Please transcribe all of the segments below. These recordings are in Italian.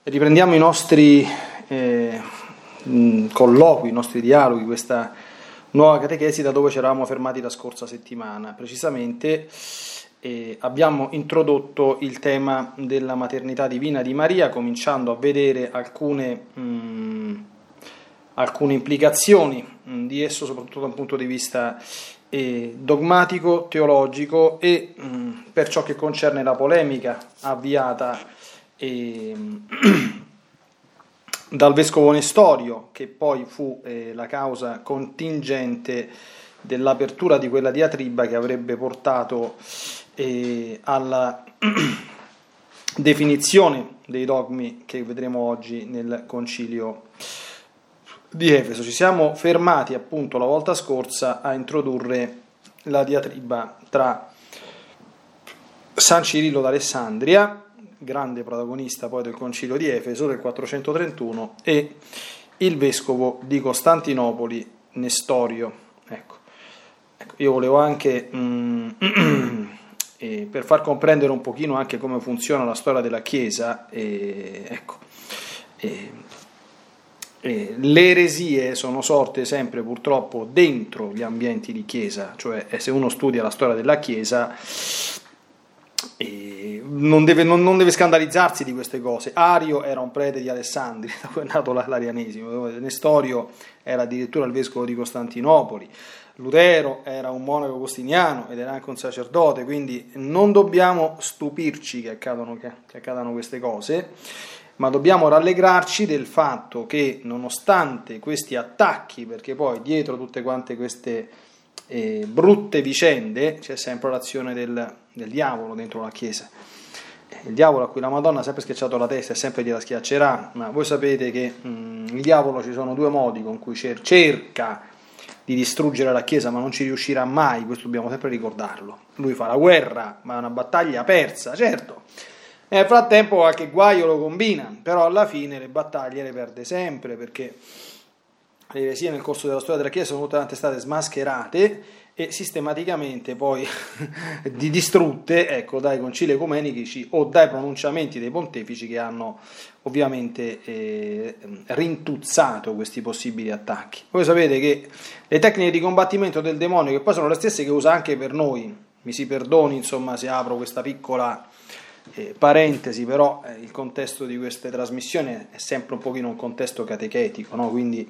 Riprendiamo i nostri colloqui, i nostri dialoghi, questa nuova catechesi da dove ci eravamo fermati la scorsa settimana. Precisamente abbiamo introdotto il tema della maternità divina di Maria, cominciando a vedere alcune implicazioni di esso, soprattutto da un punto di vista dogmatico, teologico e per ciò che concerne la polemica avviata dal vescovo Nestorio, che poi fu la causa contingente dell'apertura di quella diatriba che avrebbe portato alla definizione dei dogmi che vedremo oggi nel concilio di Efeso. Ci siamo fermati appunto la volta scorsa a introdurre la diatriba tra San Cirillo d'Alessandria, grande protagonista poi del concilio di Efeso del 431, e il vescovo di Costantinopoli Nestorio. Ecco, io volevo anche per far comprendere un pochino anche come funziona la storia della Chiesa, le eresie sono sorte sempre purtroppo dentro gli ambienti di Chiesa, cioè se uno studia la storia della Chiesa non deve scandalizzarsi di queste cose. Ario era un prete di Alessandria, da cui è nato l'arianesimo. Nestorio era addirittura il vescovo di Costantinopoli. Lutero era un monaco agostiniano ed era anche un sacerdote, quindi non dobbiamo stupirci che accadano queste cose, ma dobbiamo rallegrarci del fatto che nonostante questi attacchi, perché poi dietro tutte quante queste brutte vicende c'è sempre l'azione del diavolo dentro la Chiesa, il diavolo a cui la Madonna ha sempre schiacciato la testa e sempre gliela schiaccerà, ma voi sapete che il diavolo, ci sono due modi con cui cerca di distruggere la Chiesa, ma non ci riuscirà mai, questo dobbiamo sempre ricordarlo. Lui fa la guerra, ma è una battaglia persa, certo, nel frattempo qualche guaio lo combina, però alla fine le battaglie le perde sempre, perché le eresie nel corso della storia della Chiesa sono tutte state smascherate e sistematicamente poi distrutte, ecco, dai concili ecumenici o dai pronunciamenti dei pontefici, che hanno ovviamente rintuzzato questi possibili attacchi. Voi sapete che le tecniche di combattimento del demonio, che poi sono le stesse che usa anche per noi, mi si perdoni insomma se apro questa piccola parentesi, però il contesto di queste trasmissioni è sempre un pochino un contesto catechetico, no? Quindi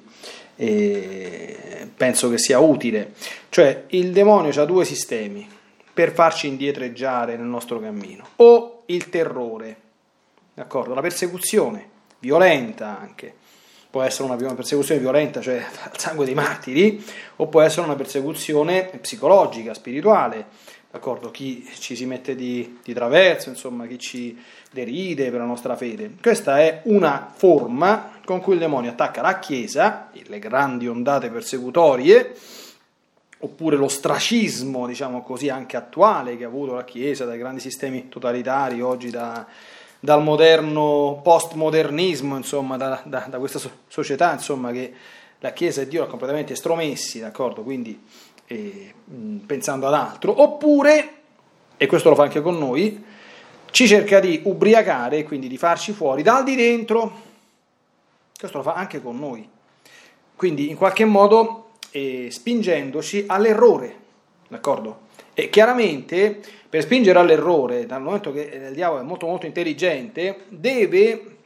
penso che sia utile. Cioè il demonio ha due sistemi per farci indietreggiare nel nostro cammino: o il terrore, d'accordo? La persecuzione violenta, anche può essere una persecuzione violenta, cioè al sangue dei martiri, o può essere una persecuzione psicologica, spirituale, d'accordo? Chi ci si mette di traverso, insomma, chi ci deride per la nostra fede. Questa è una forma con cui il demonio attacca la Chiesa, le grandi ondate persecutorie, oppure l'ostracismo, diciamo così, anche attuale che ha avuto la Chiesa dai grandi sistemi totalitari oggi, dal moderno postmodernismo, insomma, da questa società, insomma, che la Chiesa e Dio l'ha completamente estromessi, d'accordo? Quindi pensando ad altro, oppure, e questo lo fa anche con noi, ci cerca di ubriacare, quindi di farci fuori dal di dentro. Questo lo fa anche con noi, quindi in qualche modo spingendoci all'errore, d'accordo? E chiaramente per spingere all'errore, dal momento che il diavolo è molto molto intelligente, deve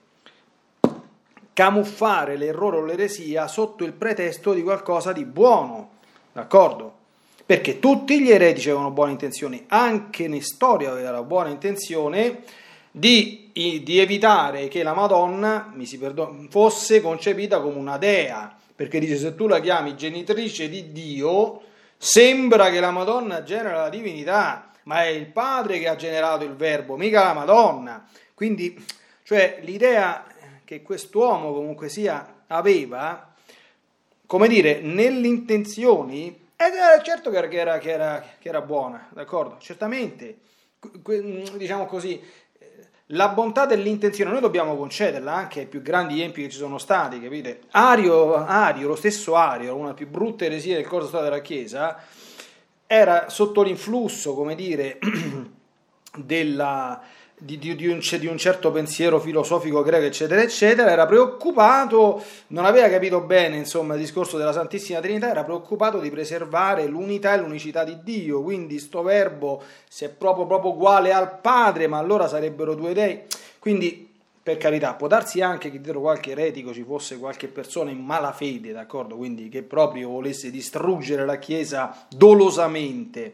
camuffare l'errore o l'eresia sotto il pretesto di qualcosa di buono, d'accordo? Perché tutti gli eretici avevano buone intenzioni, anche Nestorio aveva la buona intenzione di evitare che la Madonna, fosse concepita come una dea, perché dice: se tu la chiami genitrice di Dio, sembra che la Madonna genera la divinità, ma è il Padre che ha generato il Verbo, mica la Madonna. Quindi, cioè, l'idea che quest'uomo comunque sia aveva, come dire, nelle intenzioni, certo che era buona, d'accordo? Certamente, diciamo così, la bontà dell'intenzione noi dobbiamo concederla anche ai più grandi empi che ci sono stati, capite? Ario, lo stesso Ario, una delle più brutte eresie del corso della storia della Chiesa, era sotto l'influsso, come dire, di un certo pensiero filosofico greco, eccetera, eccetera, era preoccupato, non aveva capito bene, insomma, il discorso della Santissima Trinità, era preoccupato di preservare l'unità e l'unicità di Dio, quindi sto verbo, se è proprio uguale al Padre, ma allora sarebbero due dei, quindi, per carità, può darsi anche che dietro qualche eretico ci fosse qualche persona in malafede, d'accordo, quindi che proprio volesse distruggere la Chiesa dolosamente.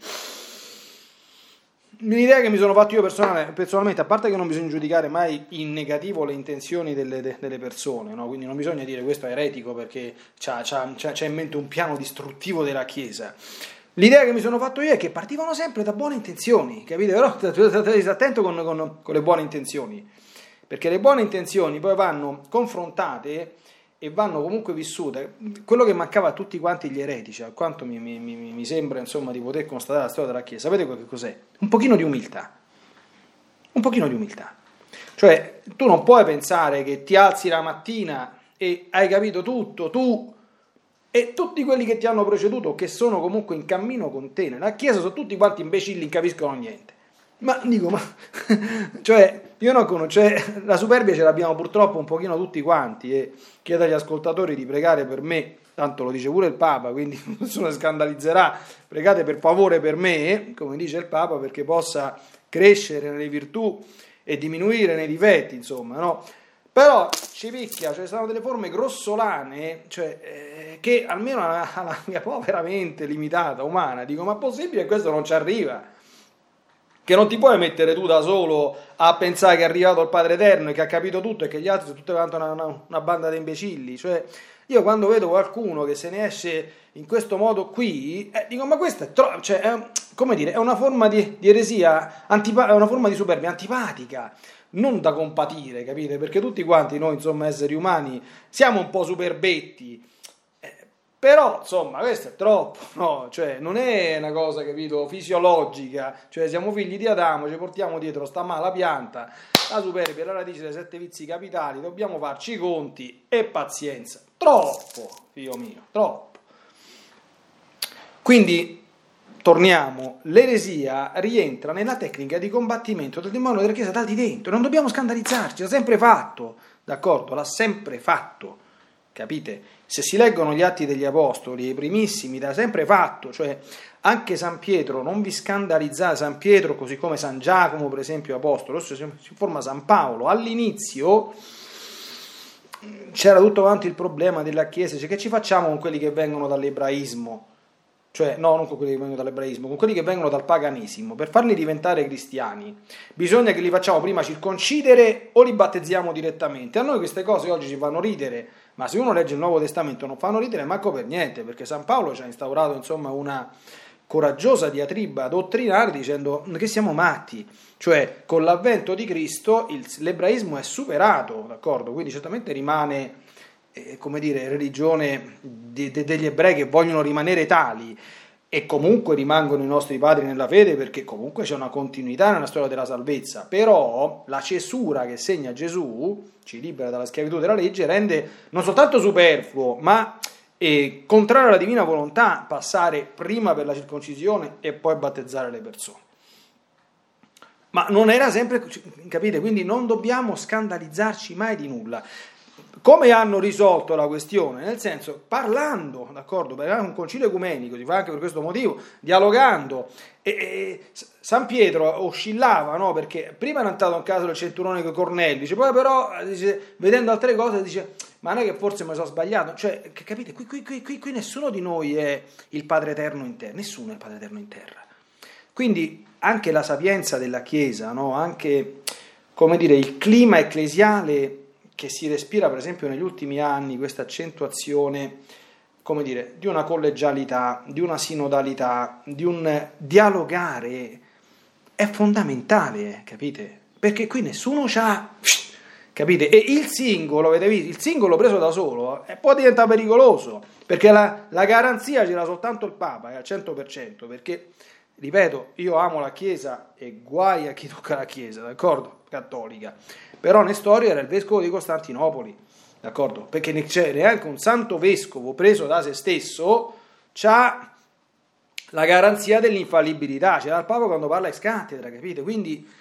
L'idea che mi sono fatto io personalmente, a parte che non bisogna giudicare mai in negativo le intenzioni delle persone, no? Quindi non bisogna dire questo è eretico perché c'ha in mente un piano distruttivo della Chiesa. L'idea che mi sono fatto io è che partivano sempre da buone intenzioni, capite? Però state attento con le buone intenzioni, perché le buone intenzioni poi vanno confrontate e vanno comunque vissute. Quello che mancava a tutti quanti gli eretici, a quanto mi sembra, insomma, di poter constatare la storia della Chiesa, sapete che cos'è? Un pochino di umiltà. Cioè, tu non puoi pensare che ti alzi la mattina e hai capito tutto, tu e tutti quelli che ti hanno preceduto, che sono comunque in cammino con te nella Chiesa, sono tutti quanti imbecilli, non capiscono niente. Cioè, io non conosco, la superbia ce l'abbiamo purtroppo un pochino tutti quanti, e chiedo agli ascoltatori di pregare per me, tanto lo dice pure il Papa, quindi nessuno si scandalizzerà, pregate per favore per me, come dice il Papa, perché possa crescere nelle virtù e diminuire nei difetti, insomma, no? Però ci picchia, cioè sono delle forme grossolane, cioè, che almeno alla mia povera mente limitata, umana, dico, ma è possibile che questo non ci arriva? Che non ti puoi mettere tu da solo a pensare che è arrivato il Padre Eterno e che ha capito tutto e che gli altri sono tutte quante una banda di imbecilli. Cioè, io quando vedo qualcuno che se ne esce in questo modo qui, dico, ma questa è una forma di eresia, è una forma di superbia antipatica, non da compatire, capite? Perché tutti quanti noi, insomma, esseri umani, siamo un po' superbetti. Però, insomma, questo è troppo, no? Cioè, non è una cosa, capito, fisiologica. Cioè, siamo figli di Adamo, ci portiamo dietro sta mala pianta, la superbia, la radice dei 7 vizi capitali, dobbiamo farci i conti e pazienza. Troppo, figlio mio, troppo. Quindi, torniamo, l'eresia rientra nella tecnica di combattimento del demonio della Chiesa da di dentro. Non dobbiamo scandalizzarci, l'ha sempre fatto, d'accordo? L'ha sempre fatto. Capite? Se si leggono gli Atti degli Apostoli, i primissimi, da sempre fatto, cioè anche San Pietro, non vi scandalizzate, San Pietro, così come San Giacomo, per esempio, apostolo, si forma San Paolo, all'inizio c'era tutto quanto il problema della Chiesa, cioè che ci facciamo con quelli che vengono dall'ebraismo? Cioè, no, non con quelli che vengono dall'ebraismo, con quelli che vengono dal paganesimo. Per farli diventare cristiani bisogna che li facciamo prima circoncidere o li battezziamo direttamente. A noi queste cose oggi ci fanno ridere, ma se uno legge il Nuovo Testamento non fanno ridere manco per niente, perché San Paolo ci ha instaurato, insomma, una coraggiosa diatriba dottrinale dicendo che siamo matti. Cioè, con l'avvento di Cristo l'ebraismo è superato, d'accordo? Quindi certamente rimane, come dire, religione degli ebrei che vogliono rimanere tali, e comunque rimangono i nostri padri nella fede, perché comunque c'è una continuità nella storia della salvezza. Però la cesura che segna Gesù ci libera dalla schiavitù della legge, rende non soltanto superfluo, ma contrario alla divina volontà passare prima per la circoncisione e poi battezzare le persone. Ma non era sempre, capite? Quindi non dobbiamo scandalizzarci mai di nulla. Come hanno risolto la questione? Nel senso, parlando, d'accordo, per un concilio ecumenico, si fa anche per questo motivo, dialogando. E San Pietro oscillava, no? Perché prima era entrato in caso del centurione con Cornelio, dice, poi però, dice, vedendo altre cose, dice, ma non è che forse mi sono sbagliato? Cioè, capite, qui nessuno di noi è il Padre Eterno in terra, nessuno è il Padre Eterno in terra. Quindi anche la sapienza della Chiesa, no? Anche, come dire, il clima ecclesiale che si respira, per esempio, negli ultimi anni, questa accentuazione, come dire, di una collegialità, di una sinodalità, di un dialogare, è fondamentale, capite? Perché qui nessuno c'ha, capite? E il singolo, avete visto, il singolo preso da solo può diventare pericoloso, perché la garanzia ce l'ha soltanto il Papa, è al 100%, perché, ripeto, io amo la Chiesa e guai a chi tocca la Chiesa, d'accordo? Cattolica. Però Nestorio era il vescovo di Costantinopoli, d'accordo? Perché c'è neanche un santo vescovo preso da se stesso c'ha la garanzia dell'infallibilità, c'era il Papa quando parla ex cattedra, capite? Quindi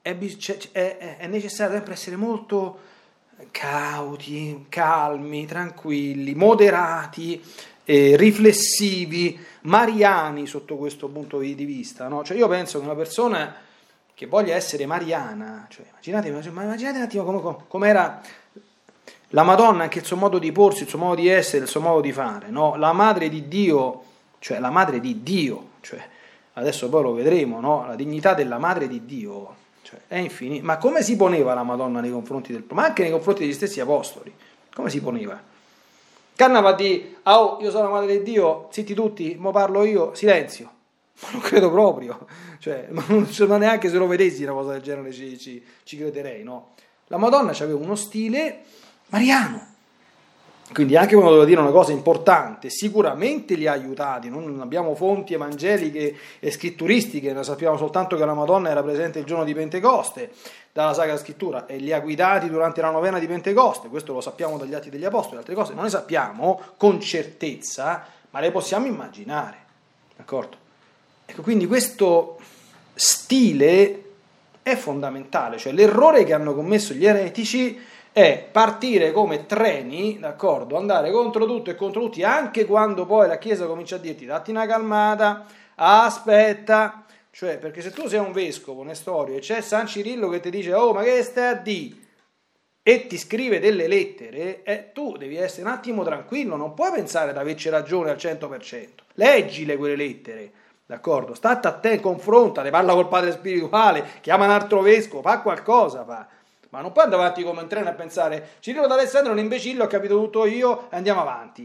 è necessario sempre essere molto cauti, calmi, tranquilli, moderati, riflessivi, mariani sotto questo punto di vista, no? Cioè io penso che una persona che voglia essere mariana, cioè immaginate un attimo come era la Madonna, anche il suo modo di porsi, il suo modo di essere, il suo modo di fare, no? La madre di Dio, cioè la madre di Dio, cioè adesso poi lo vedremo, no? La dignità della madre di Dio, cioè, è infinita. Ma come si poneva la Madonna nei confronti ma anche nei confronti degli stessi apostoli? Come si poneva? Canna va di, io sono la madre di Dio, zitti tutti, mo parlo io, silenzio. Ma non credo proprio, cioè, ma neanche se lo vedessi una cosa del genere ci crederei, no? La Madonna aveva uno stile mariano. Quindi anche quando devo dire una cosa importante, sicuramente li ha aiutati, non abbiamo fonti evangeliche e scritturistiche, noi sappiamo soltanto che la Madonna era presente il giorno di Pentecoste dalla Sacra Scrittura e li ha guidati durante la novena di Pentecoste, questo lo sappiamo dagli Atti degli Apostoli, altre cose non le sappiamo con certezza, ma le possiamo immaginare, d'accordo? Ecco, quindi questo stile è fondamentale, cioè l'errore che hanno commesso gli eretici è partire come treni, d'accordo, andare contro tutto e contro tutti, anche quando poi la Chiesa comincia a dirti datti una calmata, aspetta, cioè perché se tu sei un vescovo, Nestorio, e c'è San Cirillo che ti dice ma che stai a dire? E ti scrive delle lettere, tu devi essere un attimo tranquillo, non puoi pensare di averci ragione al 100%, leggile quelle lettere, d'accordo, state a te, confrontale, parla col padre spirituale, chiama un altro vescovo, fa qualcosa, fa. Ma non puoi andare avanti come un treno a pensare Cirillo d'Alessandro è un imbecille, ho capito tutto io e andiamo avanti.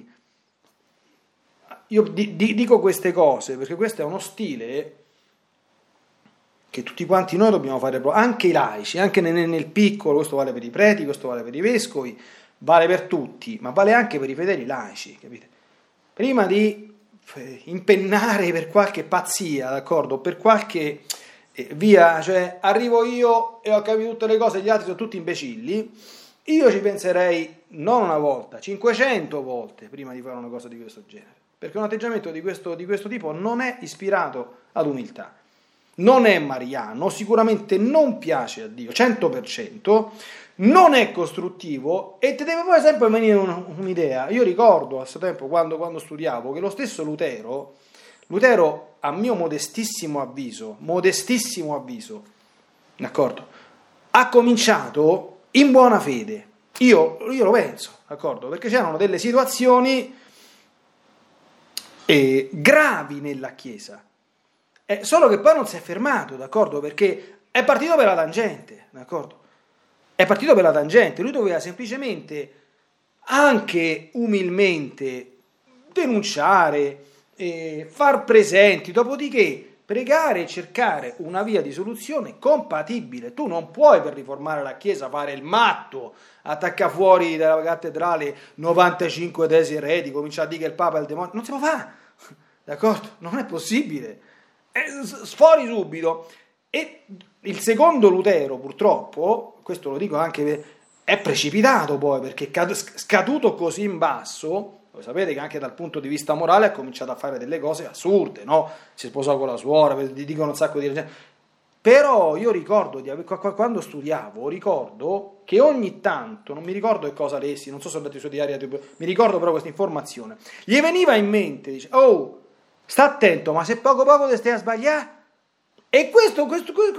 Io dico queste cose perché questo è uno stile che tutti quanti noi dobbiamo fare, anche i laici, anche nel piccolo, questo vale per i preti, questo vale per i vescovi, vale per tutti, ma vale anche per i fedeli laici, capite? Prima di impennare per qualche pazzia, d'accordo, per qualche via, cioè arrivo io e ho capito tutte le cose, gli altri sono tutti imbecilli, io ci penserei non una volta, 500 volte prima di fare una cosa di questo genere, perché un atteggiamento di questo tipo non è ispirato ad umiltà, non è mariano, sicuramente non piace a Dio 100%, non è costruttivo e ti deve poi sempre venire un'idea. Io ricordo a suo tempo quando studiavo che lo stesso Lutero, a mio modestissimo avviso, d'accordo, ha cominciato in buona fede. Io lo penso, d'accordo, perché c'erano delle situazioni gravi nella Chiesa, solo che poi non si è fermato, d'accordo, perché è partito per la tangente, d'accordo? È partito per la tangente, lui doveva semplicemente, anche umilmente, denunciare, far presenti, dopodiché pregare e cercare una via di soluzione compatibile. Tu non puoi, per riformare la Chiesa, fare il matto, attacca fuori dalla cattedrale 95 tesi ereti, comincia a dire che il Papa è il demonio, non si può fare, d'accordo? Non è possibile, sfori subito. E il secondo Lutero, purtroppo, questo lo dico anche, è precipitato poi, perché scaduto così in basso. Voi sapete che anche dal punto di vista morale ha cominciato a fare delle cose assurde, no? Si sposò con la suora, gli dicono un sacco di gente. Però io ricordo, quando studiavo, ricordo che ogni tanto, non mi ricordo che cosa lessi, non so se ho detto i suoi diari, mi ricordo però questa informazione, gli veniva in mente, dice, sta attento, ma se poco te stai a sbagliare? E questo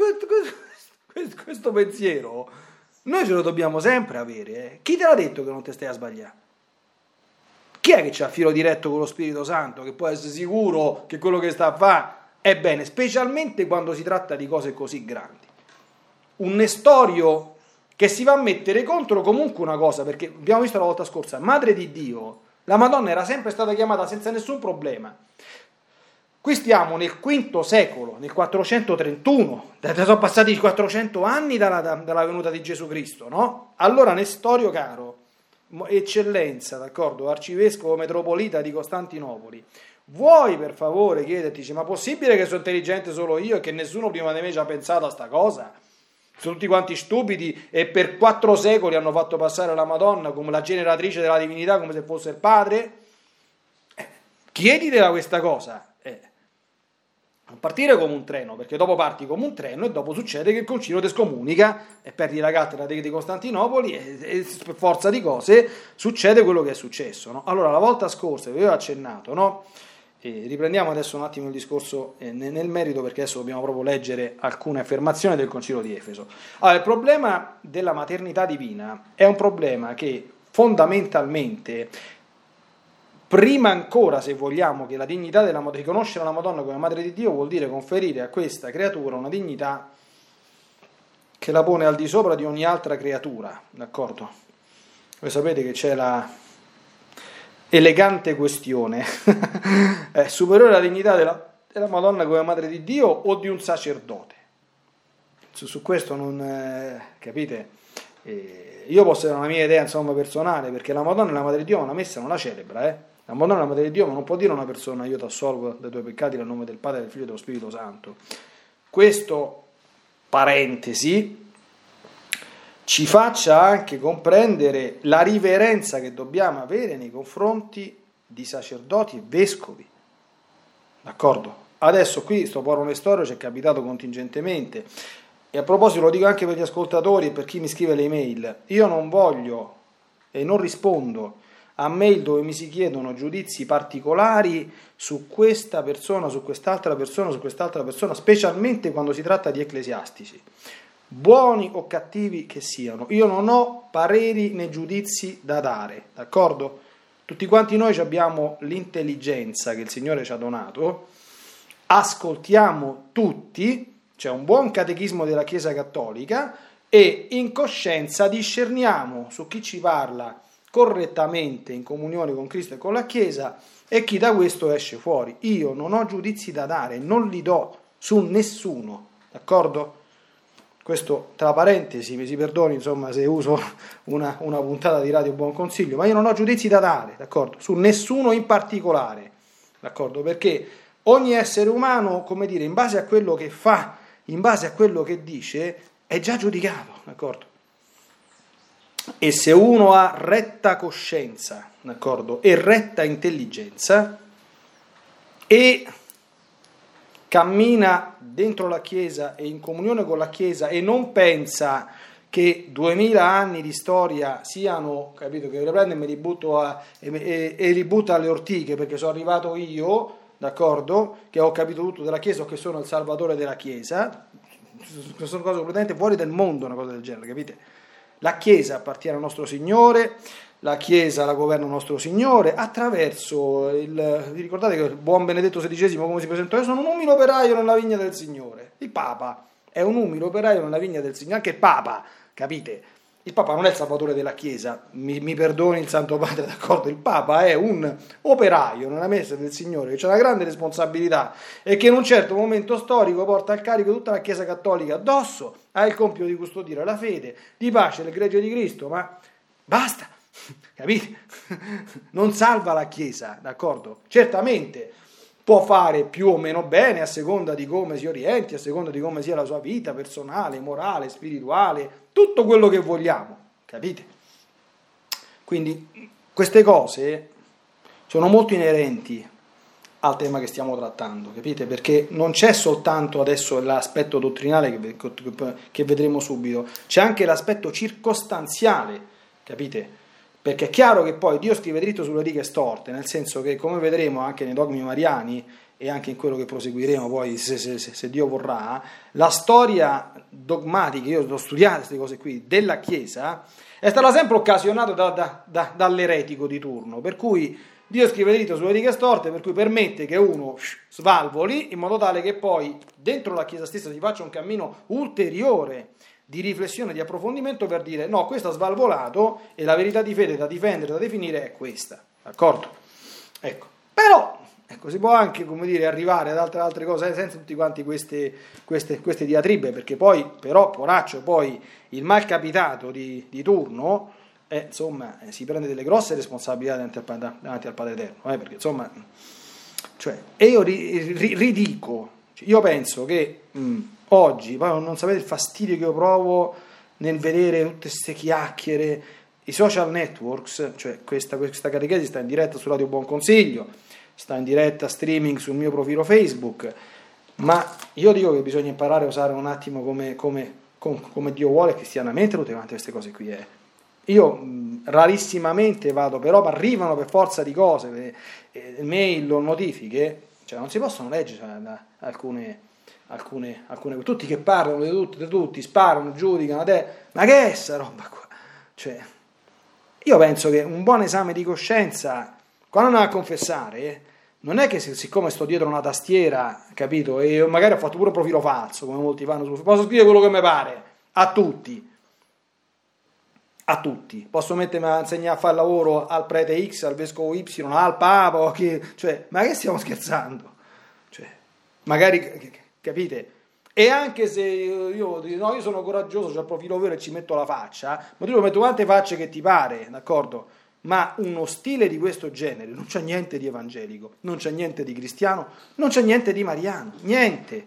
pensiero noi ce lo dobbiamo sempre avere. Chi te l'ha detto che non te stai a sbagliare? Chi è che c'ha filo diretto con lo Spirito Santo, che può essere sicuro che quello che sta a fare è bene, specialmente quando si tratta di cose così grandi? Un Nestorio che si va a mettere contro comunque una cosa, perché abbiamo visto la volta scorsa, Madre di Dio, la Madonna era sempre stata chiamata senza nessun problema. Qui stiamo nel V secolo, nel 431, sono passati 400 anni dalla venuta di Gesù Cristo, no? Allora Nestorio caro, eccellenza, d'accordo, arcivescovo metropolita di Costantinopoli, vuoi per favore chiederti, ma possibile che sono intelligente solo io e che nessuno prima di me ci ha pensato a sta cosa? Sono tutti quanti stupidi e per 4 secoli hanno fatto passare la Madonna come la generatrice della divinità, come se fosse il padre? Chieditela questa cosa. Non partire come un treno, perché dopo parti come un treno e dopo succede che il concilio ti scomunica e perdi la cattedra di Costantinopoli e per forza di cose succede quello che è successo, no? Allora, la volta scorsa vi avevo accennato, no? E riprendiamo adesso un attimo il discorso nel merito, perché adesso dobbiamo proprio leggere alcune affermazioni del concilio di Efeso. Allora, il problema della maternità divina è un problema che fondamentalmente, prima ancora, se vogliamo, che la dignità della riconoscere la Madonna come Madre di Dio, vuol dire conferire a questa creatura una dignità che la pone al di sopra di ogni altra creatura, d'accordo? Voi sapete che c'è la elegante questione, è superiore alla dignità della Madonna come Madre di Dio o di un sacerdote? Su questo non capite? Io posso avere una mia idea, insomma, personale, perché la Madonna è la Madre di Dio, ma la messa non la celebra, La Madonna è la Madre di Dio, ma non può dire a una persona: io ti assolvo dai tuoi peccati nel nome del Padre, del Figlio e dello Spirito Santo. Questo, parentesi, ci faccia anche comprendere la riverenza che dobbiamo avere nei confronti di sacerdoti e vescovi, d'accordo? Adesso qui sto parole storie ci è capitato contingentemente, e a proposito lo dico anche per gli ascoltatori e per chi mi scrive le email: io non voglio e non rispondo a mail dove mi si chiedono giudizi particolari su questa persona, su quest'altra persona, su quest'altra persona, specialmente quando si tratta di ecclesiastici, buoni o cattivi che siano. Io non ho pareri né giudizi da dare, d'accordo? Tutti quanti noi abbiamo l'intelligenza che il Signore ci ha donato, ascoltiamo tutti, c'è un buon catechismo della Chiesa Cattolica e in coscienza discerniamo su chi ci parla correttamente in comunione con Cristo e con la Chiesa e chi da questo esce fuori. Io non ho giudizi da dare, non li do su nessuno, d'accordo? Questo tra parentesi, mi si perdoni insomma se uso una puntata di Radio Buon Consiglio, ma io non ho giudizi da dare, d'accordo? Su nessuno in particolare, d'accordo? Perché ogni essere umano, come dire, in base a quello che fa, in base a quello che dice, è già giudicato, d'accordo? E se uno ha retta coscienza, d'accordo, e retta intelligenza e cammina dentro la Chiesa e in comunione con la Chiesa e non pensa che 2000 anni di storia siano, capito, che li prende e me li butto e li butta alle ortiche perché sono arrivato io, d'accordo, che ho capito tutto della Chiesa o che sono il salvatore della Chiesa, sono cose completamente fuori del mondo, una cosa del genere, capite? La Chiesa appartiene al nostro Signore, la Chiesa la governa il nostro Signore attraverso vi ricordate che il buon Benedetto XVI come si presentò? Io sono un umile operaio nella vigna del Signore. Il Papa è un umile operaio nella vigna del Signore, anche il Papa, capite? Il Papa non è il salvatore della Chiesa, mi perdoni il Santo Padre, d'accordo? Il Papa è un operaio nella messa del Signore che ha una grande responsabilità e che in un certo momento storico porta al carico tutta la Chiesa Cattolica addosso, ha il compito di custodire la fede, di pace, del gregge di Cristo, ma basta, capite? Non salva la Chiesa, d'accordo? Certamente può fare più o meno bene a seconda di come si orienti, a seconda di come sia la sua vita personale, morale, spirituale, tutto quello che vogliamo, capite? Quindi queste cose sono molto inerenti al tema che stiamo trattando, capite? Perché non c'è soltanto adesso l'aspetto dottrinale che vedremo subito, c'è anche l'aspetto circostanziale, capite? Perché è chiaro che poi Dio scrive dritto sulle righe storte, nel senso che, come vedremo anche nei dogmi mariani e anche in quello che proseguiremo poi, se Dio vorrà, la storia dogmatica, io ho studiato queste cose qui, della Chiesa, è stata sempre occasionata dall'eretico di turno, per cui Dio scrive dritto sulle righe storte, per cui permette che uno svalvoli, in modo tale che poi dentro la Chiesa stessa si faccia un cammino ulteriore di riflessione, di approfondimento per dire no, questo ha svalvolato e la verità di fede da difendere, da definire è questa, d'accordo? Ecco, però si può anche, come dire, arrivare ad altre cose senza tutti quanti queste diatribe, perché poi però poraccio poi il malcapitato di turno insomma si prende delle grosse responsabilità davanti al Padre Eterno, perché insomma, cioè, e io ridico, io penso che oggi, poi non sapete il fastidio che io provo nel vedere tutte queste chiacchiere, i social networks, cioè questa catechesi sta in diretta su Radio Buon Consiglio, sta in diretta streaming sul mio profilo Facebook, Ma io dico che bisogna imparare a usare un attimo come Dio vuole cristianamente tutte quante queste cose qui. Io rarissimamente vado, però mi arrivano per forza di cose, mail o notifiche, cioè non si possono leggere alcune tutti che parlano di tutti, sparano, giudicano, ma che è sta roba qua? Cioè, io penso che un buon esame di coscienza, quando andiamo a confessare, non è che siccome sto dietro una tastiera, capito, e magari ho fatto pure un profilo falso, come molti fanno, posso scrivere quello che mi pare, a tutti, posso mettermi a insegnare a fare lavoro al prete X, al vescovo Y, al papa, cioè, ma che stiamo scherzando? Cioè, magari, capite? E anche se io sono coraggioso, c'ho il profilo vero e ci metto la faccia, ma tu lo metto quante facce che ti pare, d'accordo? Ma uno stile di questo genere non c'è niente di evangelico, non c'è niente di cristiano, non c'è niente di mariano, niente.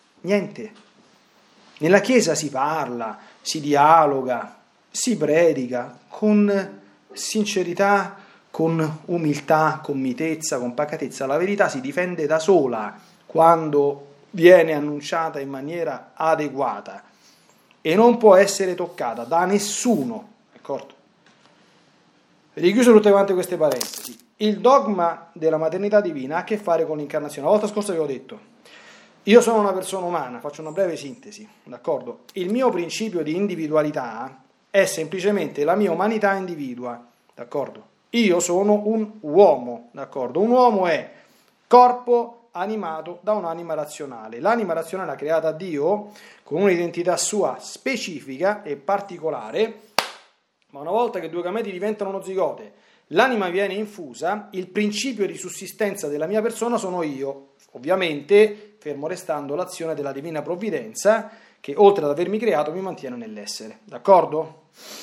Nella Chiesa si parla, si dialoga, si predica con sincerità, con umiltà, con mitezza, con pacatezza. La verità si difende da sola quando viene annunciata in maniera adeguata e non può essere toccata da nessuno, d'accordo? Richiuso tutte quante queste parentesi. Il dogma della maternità divina ha a che fare con l'incarnazione. La volta scorsa vi ho detto, io sono una persona umana, faccio una breve sintesi, d'accordo? Il mio principio di individualità è semplicemente la mia umanità individua, d'accordo? Io sono un uomo, d'accordo? Un uomo è corpo animato da un'anima razionale. L'anima razionale è creata da Dio con un'identità sua specifica e particolare, ma una volta che due gameti diventano uno zigote, l'anima viene infusa, il principio di sussistenza della mia persona sono io, ovviamente fermo restando l'azione della divina provvidenza che oltre ad avermi creato mi mantiene nell'essere, d'accordo?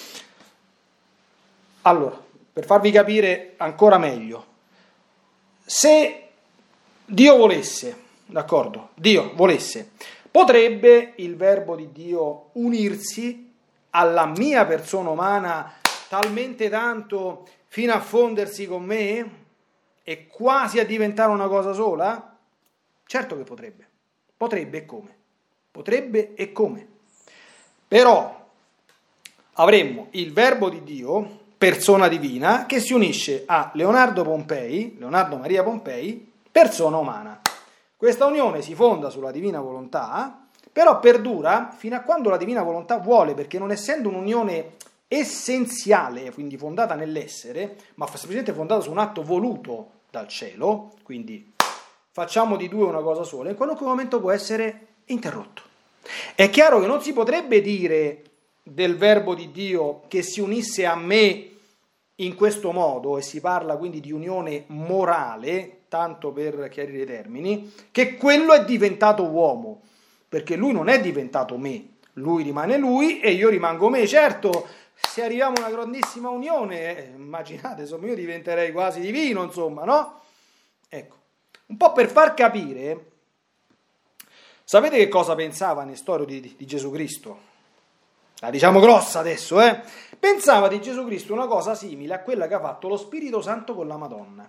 Allora, per farvi capire ancora meglio, se Dio volesse, d'accordo? Dio volesse, potrebbe il verbo di Dio unirsi alla mia persona umana talmente tanto fino a fondersi con me e quasi a diventare una cosa sola? Certo che potrebbe. Potrebbe e come? Potrebbe e come? Però avremmo il verbo di Dio, persona divina, che si unisce a Leonardo Maria Pompei, persona umana. Questa unione si fonda sulla divina volontà, però perdura fino a quando la divina volontà vuole, perché non essendo un'unione essenziale, quindi fondata nell'essere, ma semplicemente fondata su un atto voluto dal cielo, quindi facciamo di due una cosa sola, in qualunque momento può essere interrotto. È chiaro che non si potrebbe dire del verbo di Dio che si unisse a me in questo modo, e si parla quindi di unione morale, tanto per chiarire i termini, che quello è diventato uomo, perché lui non è diventato me, lui rimane lui e io rimango me. Certo, se arriviamo a una grandissima unione, immaginate, insomma, io diventerei quasi divino, insomma, no? Ecco, un po' per far capire, sapete che cosa pensava Nestorio di Gesù Cristo? La diciamo grossa adesso, Pensava di Gesù Cristo una cosa simile a quella che ha fatto lo Spirito Santo con la Madonna.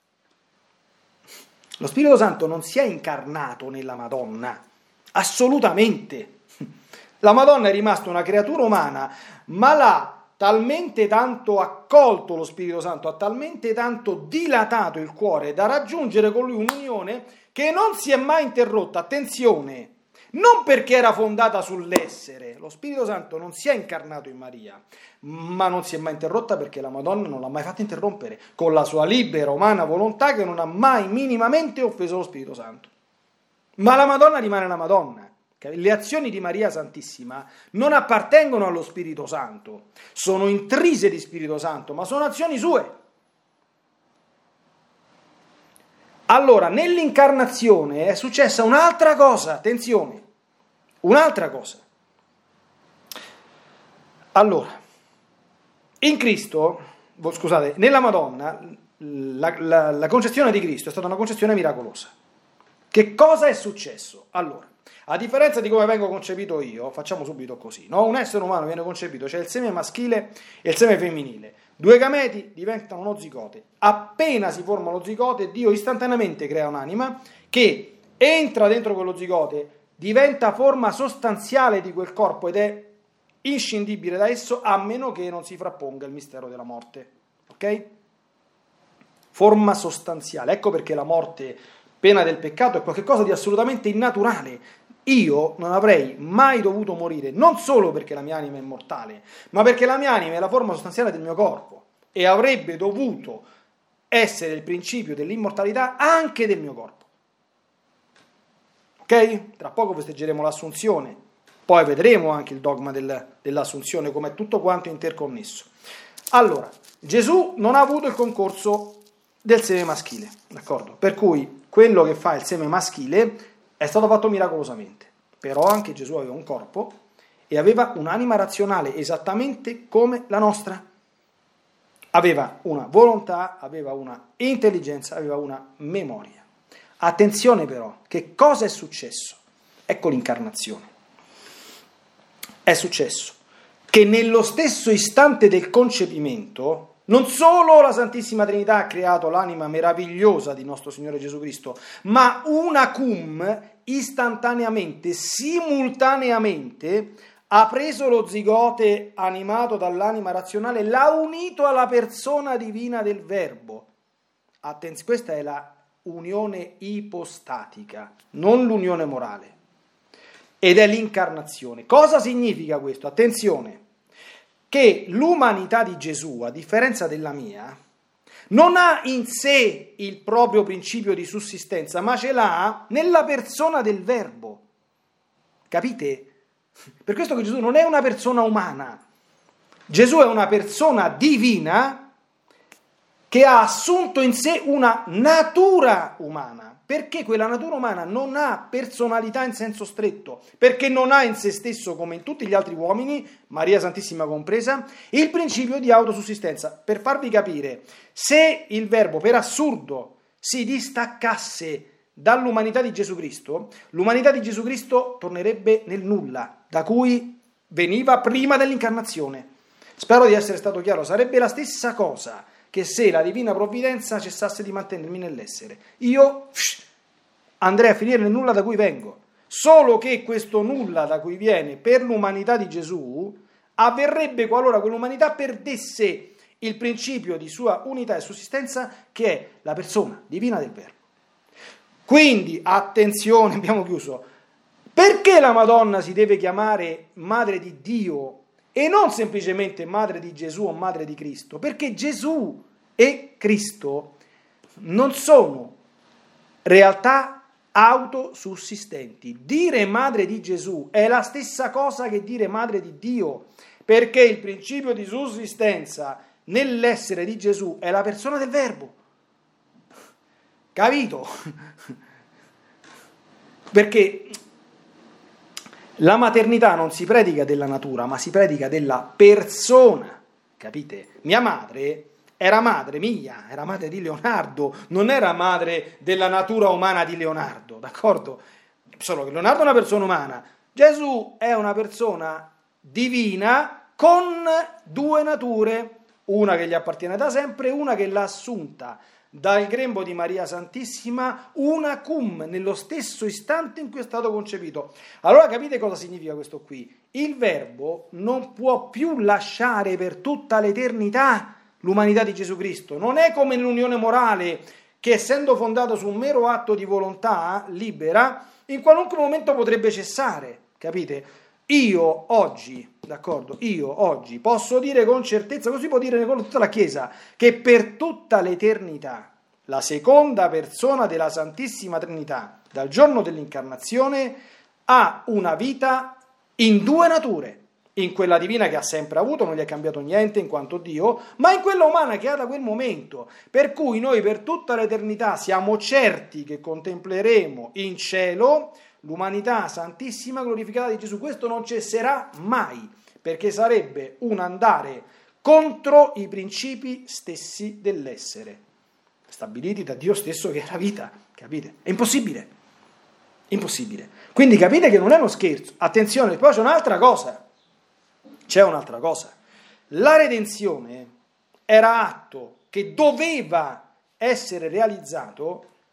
Lo Spirito Santo non si è incarnato nella Madonna, assolutamente. La Madonna è rimasta una creatura umana, ma l'ha talmente tanto accolto lo Spirito Santo, ha talmente tanto dilatato il cuore da raggiungere con lui un'unione che non si è mai interrotta. Attenzione, non perché era fondata sull'essere, lo Spirito Santo non si è incarnato in Maria, ma non si è mai interrotta perché la Madonna non l'ha mai fatta interrompere con la sua libera umana volontà che non ha mai minimamente offeso lo Spirito Santo. Ma la Madonna rimane la Madonna. Le azioni di Maria Santissima non appartengono allo Spirito Santo, sono intrise di Spirito Santo, ma sono azioni sue. Allora, nell'incarnazione è successa un'altra cosa, attenzione, un'altra cosa. Allora, in Cristo, scusate, nella Madonna, la concezione di Cristo è stata una concezione miracolosa. Che cosa è successo? Allora, a differenza di come vengo concepito io, facciamo subito così, no? Un essere umano viene concepito, c'è il seme maschile e il seme femminile. Due gameti diventano uno zigote. Appena si forma lo zigote, Dio istantaneamente crea un'anima che entra dentro quello zigote, diventa forma sostanziale di quel corpo ed è inscindibile da esso, a meno che non si frapponga il mistero della morte. Ok? Forma sostanziale. Ecco perché la morte, pena del peccato, è qualcosa di assolutamente innaturale. Io non avrei mai dovuto morire, non solo perché la mia anima è mortale, ma perché la mia anima è la forma sostanziale del mio corpo e avrebbe dovuto essere il principio dell'immortalità anche del mio corpo. Ok? Tra poco festeggeremo l'Assunzione, poi vedremo anche il dogma dell'Assunzione, come è tutto quanto interconnesso. Allora, Gesù non ha avuto il concorso del seme maschile, d'accordo? Per cui quello che fa il seme maschile è stato fatto miracolosamente, però anche Gesù aveva un corpo e aveva un'anima razionale esattamente come la nostra. Aveva una volontà, aveva una intelligenza, aveva una memoria. Attenzione però, che cosa è successo? Ecco l'incarnazione. È successo che nello stesso istante del concepimento, non solo la Santissima Trinità ha creato l'anima meravigliosa di nostro Signore Gesù Cristo, ma una cum istantaneamente, simultaneamente, ha preso lo zigote animato dall'anima razionale, l'ha unito alla persona divina del Verbo. Questa è la unione ipostatica, non l'unione morale. Ed è l'incarnazione. Cosa significa questo? Attenzione, che l'umanità di Gesù, a differenza della mia, non ha in sé il proprio principio di sussistenza, ma ce l'ha nella persona del Verbo. Capite? Per questo che Gesù non è una persona umana. Gesù è una persona divina che ha assunto in sé una natura umana, perché quella natura umana non ha personalità in senso stretto, perché non ha in se stesso, come in tutti gli altri uomini, Maria Santissima compresa, il principio di autosussistenza. Per farvi capire, se il Verbo per assurdo si distaccasse dall'umanità di Gesù Cristo, l'umanità di Gesù Cristo tornerebbe nel nulla, da cui veniva prima dell'incarnazione. Spero di essere stato chiaro, sarebbe la stessa cosa che se la divina provvidenza cessasse di mantenermi nell'essere. Io andrei a finire nel nulla da cui vengo, solo che questo nulla da cui viene per l'umanità di Gesù avverrebbe qualora quell'umanità perdesse il principio di sua unità e sussistenza, che è la persona divina del Verbo. Quindi, attenzione, abbiamo chiuso, perché la Madonna si deve chiamare Madre di Dio e non semplicemente Madre di Gesù o Madre di Cristo? Perché Gesù e Cristo non sono realtà autosussistenti. Dire Madre di Gesù è la stessa cosa che dire Madre di Dio, perché il principio di sussistenza nell'essere di Gesù è la persona del Verbo. Capito? Perché la maternità non si predica della natura, ma si predica della persona. Capite? Mia madre era madre mia, era madre di Leonardo, non era madre della natura umana di Leonardo, d'accordo? Solo che Leonardo è una persona umana, Gesù è una persona divina con due nature, una che gli appartiene da sempre, una che l'ha assunta dal grembo di Maria Santissima, una cum, nello stesso istante in cui è stato concepito. Allora capite cosa significa questo qui? Il Verbo non può più lasciare per tutta l'eternità l'umanità di Gesù Cristo. Non è come l'unione morale, che essendo fondato su un mero atto di volontà libera, in qualunque momento potrebbe cessare. Capite? Io oggi, d'accordo, io oggi posso dire con certezza, così può dire con tutta la Chiesa, che per tutta l'eternità la seconda persona della Santissima Trinità, dal giorno dell'incarnazione, ha una vita in due nature, in quella divina che ha sempre avuto, non gli è cambiato niente in quanto Dio, ma in quella umana che ha da quel momento, per cui noi per tutta l'eternità siamo certi che contempleremo in cielo l'umanità santissima glorificata di Gesù. Questo non cesserà mai, perché sarebbe un andare contro i principi stessi dell'essere, stabiliti da Dio stesso, che è la vita. Capite? È impossibile. Impossibile. Quindi capite che non è uno scherzo. Attenzione, poi c'è un'altra cosa. La redenzione era atto che doveva essere realizzato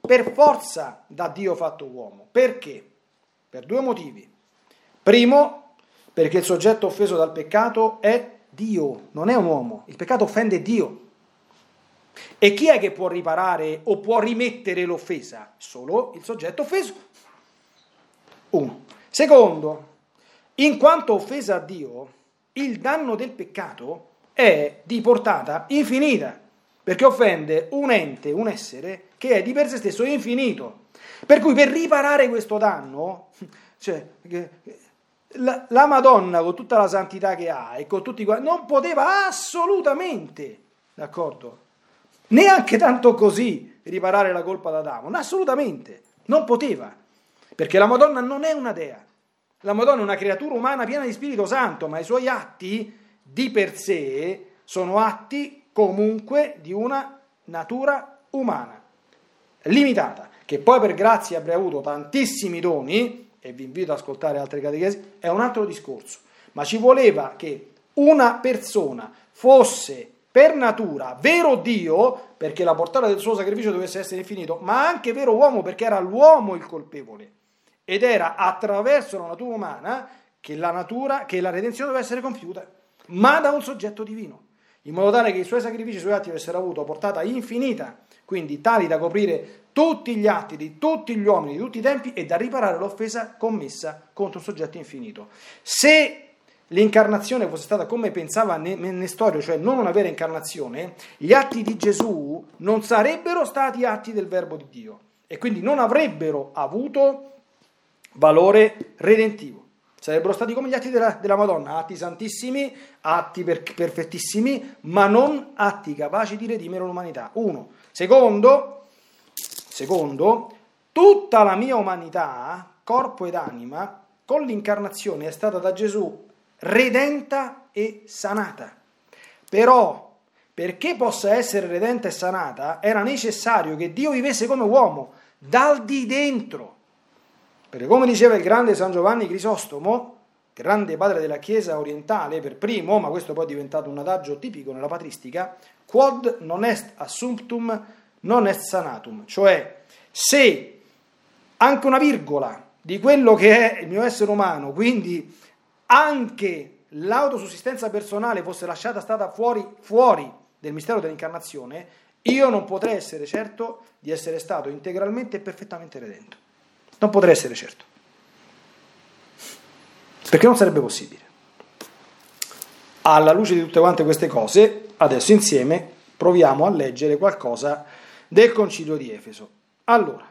per forza da Dio fatto uomo. Perché? Per due motivi. Primo, perché il soggetto offeso dal peccato è Dio, non è un uomo. Il peccato offende Dio. E chi è che può riparare o può rimettere l'offesa? Solo il soggetto offeso. Uno. Secondo, in quanto offesa a Dio, il danno del peccato è di portata infinita, perché offende un ente, un essere, che è di per sé stesso infinito. Per cui per riparare questo danno, cioè, la Madonna con tutta la santità che ha e con tutti non poteva assolutamente, d'accordo? Neanche tanto così riparare la colpa d'Adamo, assolutamente, non poteva, perché la Madonna non è una dea, la Madonna è una creatura umana piena di Spirito Santo, ma i suoi atti di per sé sono atti comunque di una natura umana, limitata, che poi per grazia avrà avuto tantissimi doni, e vi invito ad ascoltare altre catechesi, è un altro discorso, ma ci voleva che una persona fosse per natura vero Dio, perché la portata del suo sacrificio dovesse essere infinito, ma anche vero uomo, perché era l'uomo il colpevole, ed era attraverso la natura umana che la redenzione doveva essere compiuta, ma da un soggetto divino, in modo tale che i suoi sacrifici, i suoi atti avessero avuto portata infinita, quindi tali da coprire tutti gli atti di tutti gli uomini di tutti i tempi e da riparare l'offesa commessa contro un soggetto infinito. Se l'incarnazione fosse stata come pensava Nestorio, cioè non una vera incarnazione, gli atti di Gesù non sarebbero stati atti del Verbo di Dio e quindi non avrebbero avuto valore redentivo. Sarebbero stati come gli atti della Madonna, atti santissimi, atti perfettissimi, ma non atti capaci di redimere l'umanità. Uno. Secondo, tutta la mia umanità, corpo ed anima, con l'incarnazione è stata da Gesù redenta e sanata. Però, perché possa essere redenta e sanata, era necessario che Dio vivesse come uomo, dal di dentro. Perché come diceva il grande San Giovanni Crisostomo, grande padre della Chiesa orientale per primo, ma questo poi è diventato un adagio tipico nella patristica, quod non est assumptum non est sanatum, cioè se anche una virgola di quello che è il mio essere umano, quindi anche l'autosussistenza personale fosse stata fuori del mistero dell'incarnazione, io non potrei essere certo di essere stato integralmente e perfettamente redento. Non potrei essere certo, perché non sarebbe possibile. Alla luce di tutte quante queste cose, adesso insieme proviamo a leggere qualcosa del Concilio di Efeso. Allora,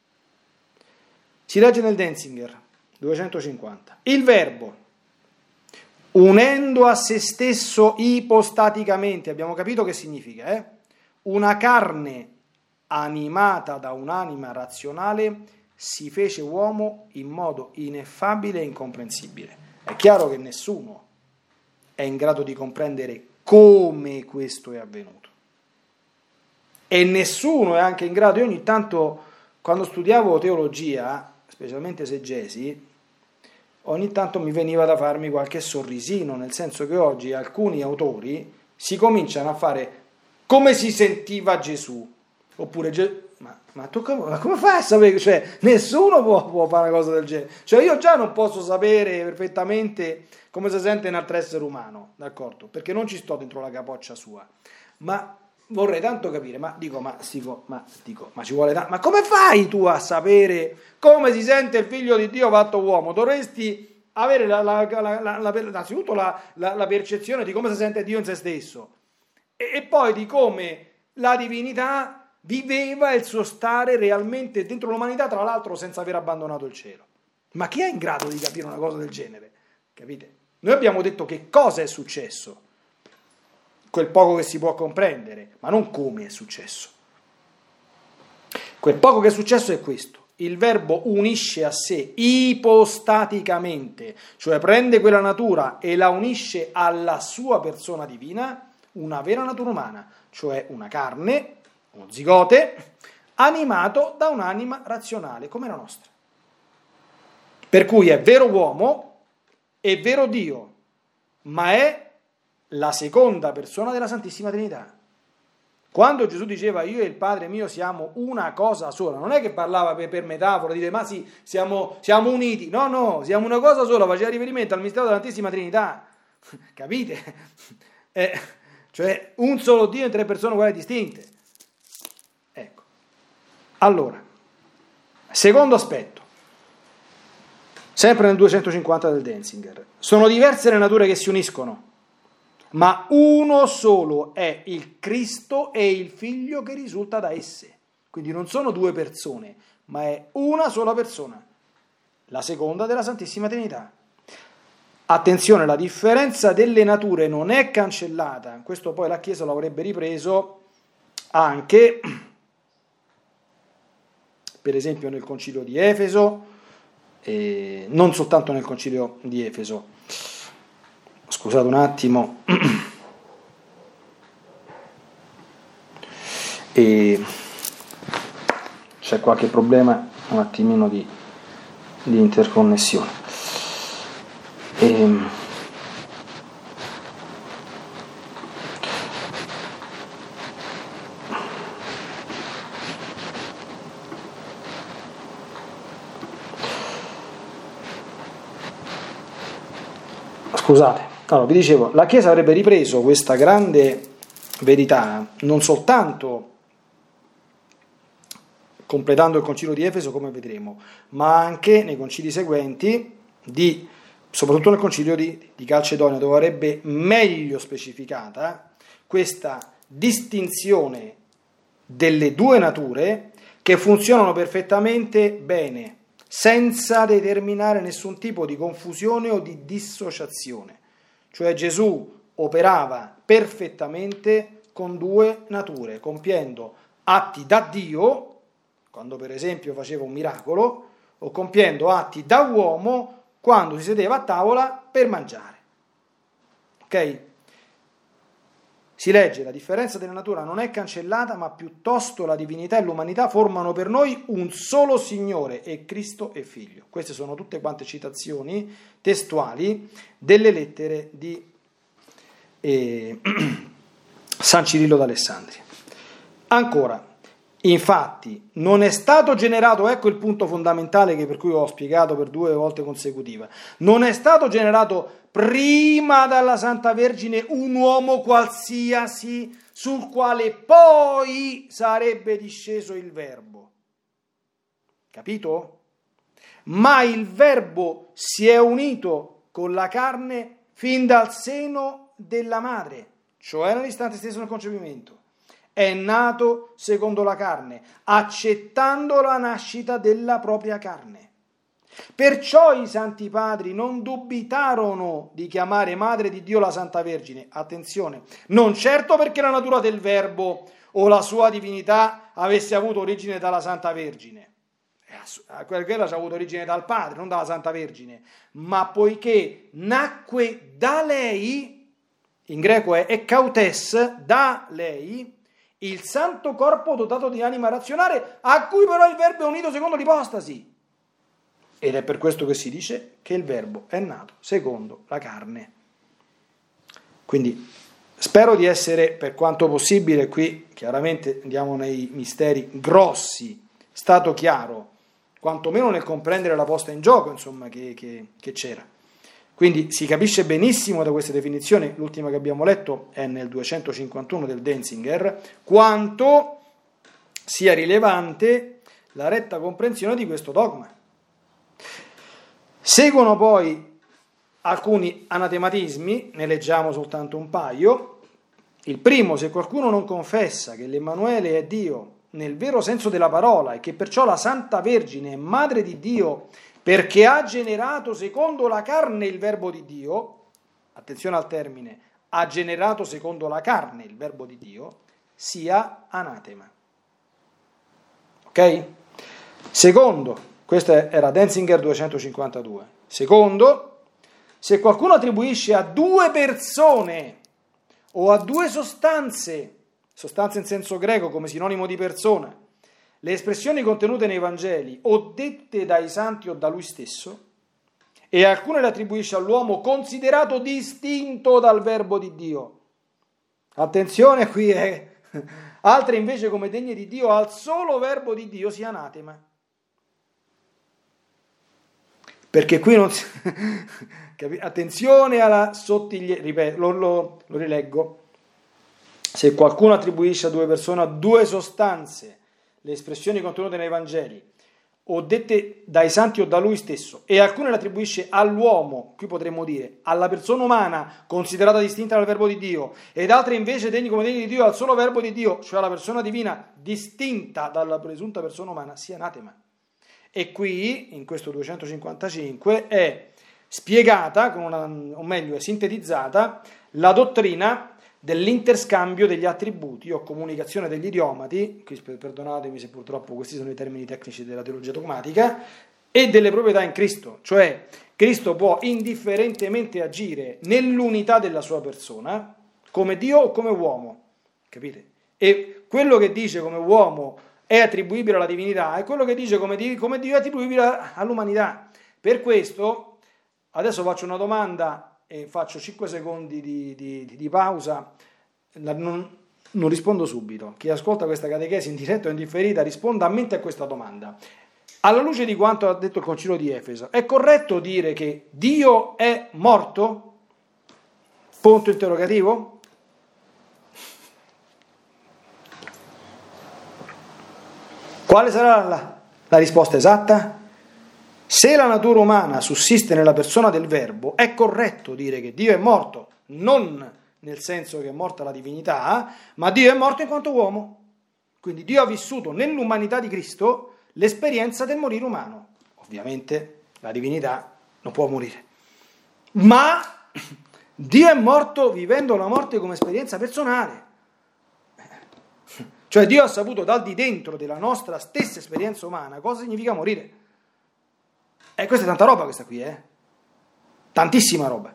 si legge nel Denzinger 250. Il Verbo, unendo a se stesso ipostaticamente, abbiamo capito che significa, una carne animata da un'anima razionale, si fece uomo in modo ineffabile e incomprensibile. È chiaro che nessuno è in grado di comprendere come questo è avvenuto. E nessuno è anche in grado, io ogni tanto, quando studiavo teologia, specialmente esegesi, ogni tanto mi veniva da farmi qualche sorrisino, nel senso che oggi alcuni autori si cominciano a fare come si sentiva Gesù, oppure ma tu come fai a sapere? Cioè, nessuno può fare una cosa del genere. Cioè, io già non posso sapere perfettamente come si sente un altro essere umano, d'accordo? Perché non ci sto dentro la capoccia sua. Ma vorrei tanto capire, ma ci vuole tanto. Ma come fai tu a sapere come si sente il figlio di Dio fatto uomo? Dovresti avere innanzitutto la percezione di come si sente Dio in se stesso e poi di come la divinità viveva il suo stare realmente dentro l'umanità, tra l'altro senza aver abbandonato il cielo. Ma chi è in grado di capire una cosa del genere? Capite? Noi abbiamo detto che cosa è successo, quel poco che si può comprendere, ma non come è successo. Quel poco che è successo è questo: il Verbo unisce a sé ipostaticamente, cioè prende quella natura e la unisce alla sua persona divina, una vera natura umana, cioè una carne, uno zigote, animato da un'anima razionale come la nostra. Per cui è vero uomo e vero Dio, ma è la seconda persona della Santissima Trinità. Quando Gesù diceva io e il Padre mio siamo una cosa sola, non è che parlava per metafora, dire ma sì, siamo uniti, no, siamo una cosa sola, faceva riferimento al mistero della Santissima Trinità, capite? Cioè un solo Dio in tre persone uguali distinte. Ecco. Allora, secondo aspetto, sempre nel 250 del Denzinger, sono diverse le nature che si uniscono, ma uno solo è il Cristo e il Figlio che risulta da esse. Quindi non sono due persone, ma è una sola persona, la seconda della Santissima Trinità. Attenzione, la differenza delle nature non è cancellata, questo poi la Chiesa lo avrebbe ripreso anche, per esempio, nel Concilio di Efeso, non soltanto nel Concilio di Efeso. Scusate un attimo. E c'è qualche problema un attimino di interconnessione. Scusate, allora vi dicevo, la Chiesa avrebbe ripreso questa grande verità non soltanto completando il concilio di Efeso, come vedremo, ma anche nei concili seguenti, soprattutto nel concilio di Calcedonia, dove avrebbe meglio specificata questa distinzione delle due nature che funzionano perfettamente bene, senza determinare nessun tipo di confusione o di dissociazione. Cioè Gesù operava perfettamente con due nature, compiendo atti da Dio, quando per esempio faceva un miracolo, o compiendo atti da uomo quando si sedeva a tavola per mangiare. Ok? Si legge, la differenza della natura non è cancellata, ma piuttosto la divinità e l'umanità formano per noi un solo Signore, e Cristo è Figlio. Queste sono tutte quante citazioni testuali delle lettere di San Cirillo d'Alessandria. Ancora, infatti, non è stato generato, ecco il punto fondamentale per cui ho spiegato per 2 volte consecutive, non è stato generato prima dalla Santa Vergine un uomo qualsiasi sul quale poi sarebbe disceso il Verbo. Capito? Ma il Verbo si è unito con la carne fin dal seno della madre, cioè nell'istante stesso del concepimento. È nato secondo la carne, accettando la nascita della propria carne. Perciò i santi padri non dubitarono di chiamare madre di Dio la Santa Vergine. Attenzione, non certo perché la natura del Verbo o la sua divinità avesse avuto origine dalla Santa Vergine. Quella ha avuto origine dal Padre, non dalla Santa Vergine, ma poiché nacque da lei, in greco è ekautes, da lei, il santo corpo dotato di anima razionale, a cui però il Verbo è unito secondo l'ipostasi. Ed è per questo che si dice che il Verbo è nato secondo la carne. Quindi spero di essere, per quanto possibile, qui chiaramente andiamo nei misteri grossi, stato chiaro, quantomeno nel comprendere la posta in gioco, insomma, che c'era. Quindi si capisce benissimo da queste definizioni, l'ultima che abbiamo letto è nel 251 del Denzinger, quanto sia rilevante la retta comprensione di questo dogma. Seguono poi alcuni anatematismi, ne leggiamo soltanto un paio. Il primo: se qualcuno non confessa che l'Emmanuele è Dio nel vero senso della parola e che perciò la Santa Vergine è madre di Dio perché ha generato secondo la carne il Verbo di Dio, attenzione al termine, ha generato secondo la carne il Verbo di Dio, sia anatema. Ok? Secondo, questo era Denzinger 252. Secondo, se qualcuno attribuisce a due persone o a due sostanze in senso greco come sinonimo di persona, le espressioni contenute nei Vangeli o dette dai santi o da lui stesso, e alcune le attribuisce all'uomo considerato distinto dal Verbo di Dio. Attenzione, qui è altre invece come degne di Dio, al solo verbo di Dio sia anatema. Perché qui non si... attenzione alla sottigliezza, ripeto, lo rileggo. Se qualcuno attribuisce a due persone, a due sostanze, le espressioni contenute nei Vangeli, o dette dai santi o da lui stesso, e alcune le attribuisce all'uomo, qui potremmo dire, alla persona umana, considerata distinta dal verbo di Dio, ed altre invece degni come degni di Dio al solo verbo di Dio, cioè alla persona divina, distinta dalla presunta persona umana, sia anatema. E qui, in questo 255, è spiegata, o meglio è sintetizzata, la dottrina dell'interscambio degli attributi o comunicazione degli idiomati, qui perdonatemi se purtroppo questi sono i termini tecnici della teologia dogmatica, e delle proprietà in Cristo, cioè Cristo può indifferentemente agire nell'unità della sua persona, come Dio o come uomo, capite? E quello che dice come uomo è attribuibile alla divinità, e quello che dice come Dio è attribuibile all'umanità. Per questo, adesso faccio una domanda e faccio 5 secondi di pausa, non rispondo subito. Chi ascolta questa catechesi in diretta o in differita risponda a mente a questa domanda. Alla luce di quanto ha detto il Concilio di Efeso, è corretto dire che Dio è morto? Punto interrogativo? Quale sarà la risposta esatta? Se la natura umana sussiste nella persona del Verbo, è corretto dire che Dio è morto, non nel senso che è morta la divinità, ma Dio è morto in quanto uomo. Quindi Dio ha vissuto nell'umanità di Cristo l'esperienza del morire umano. Ovviamente la divinità non può morire. Ma Dio è morto vivendo la morte come esperienza personale. Cioè Dio ha saputo dal di dentro della nostra stessa esperienza umana cosa significa morire. E questa è tanta roba questa qui, tantissima roba.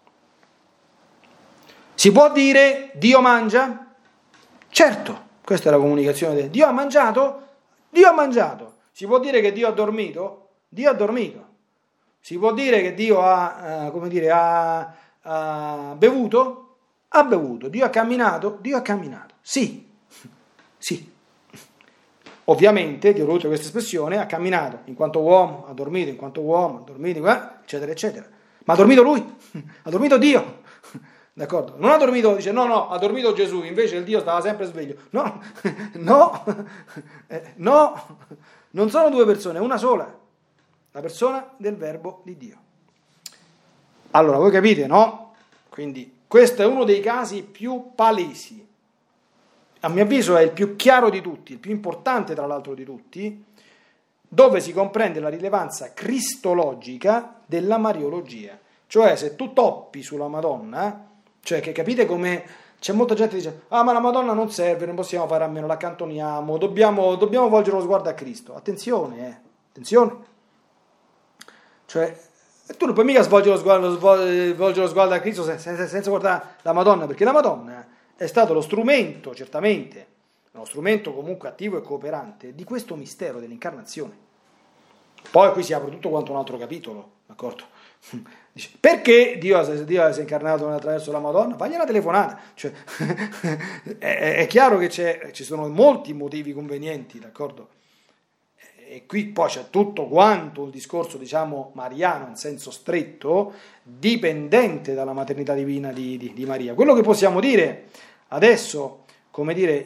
Si può dire Dio mangia? Certo, questa è la comunicazione di Dio ha mangiato? Dio ha mangiato. Si può dire che Dio ha dormito? Dio ha dormito. Si può dire che Dio ha bevuto? Ha bevuto. Dio ha camminato? Dio ha camminato. Sì. Sì. Ovviamente, Dio ha voluto questa espressione, ha camminato in quanto uomo, ha dormito in quanto uomo, ha dormito, eccetera, eccetera. Ma ha dormito lui, ha dormito Dio, d'accordo? Non ha dormito, dice, no, ha dormito Gesù, invece il Dio stava sempre sveglio. No, non sono due persone, è una sola, la persona del Verbo di Dio. Allora, voi capite, no? Quindi, questo è uno dei casi più palesi. A mio avviso è il più chiaro di tutti, il più importante tra l'altro di tutti, dove si comprende la rilevanza cristologica della mariologia. Cioè se tu toppi sulla Madonna, cioè che capite come c'è molta gente che dice ma la Madonna non serve, non possiamo fare a meno, l'accantoniamo, dobbiamo volgere lo sguardo a Cristo. Attenzione. Cioè tu non puoi mica volgere lo sguardo a Cristo senza guardare la Madonna, perché la Madonna è stato lo strumento, certamente, uno strumento comunque attivo e cooperante di questo mistero dell'incarnazione. Poi qui si apre tutto quanto un altro capitolo, d'accordo? Dice, perché Dio si è incarnato attraverso la Madonna? Fagli una telefonata. Cioè, è chiaro che ci sono molti motivi convenienti, d'accordo? E qui poi c'è tutto quanto il discorso, diciamo, mariano, in senso stretto, dipendente dalla maternità divina di Maria. Quello che possiamo dire adesso, come dire,